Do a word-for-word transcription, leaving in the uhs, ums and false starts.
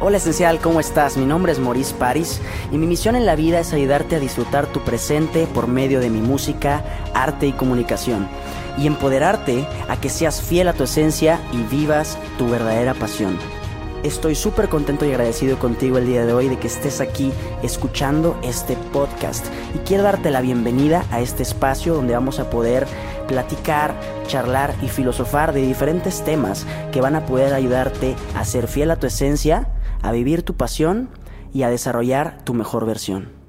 Hola Esencial, ¿cómo estás? Mi nombre es Maurice Paris y mi misión en la vida es ayudarte a disfrutar tu presente por medio de mi música, arte y comunicación, y empoderarte a que seas fiel a tu esencia y vivas tu verdadera pasión. Estoy súper contento y agradecido contigo el día de hoy de que estés aquí escuchando este podcast, y quiero darte la bienvenida a este espacio donde vamos a poder platicar, charlar y filosofar de diferentes temas que van a poder ayudarte a ser fiel a tu esencia, a vivir tu pasión y a desarrollar tu mejor versión.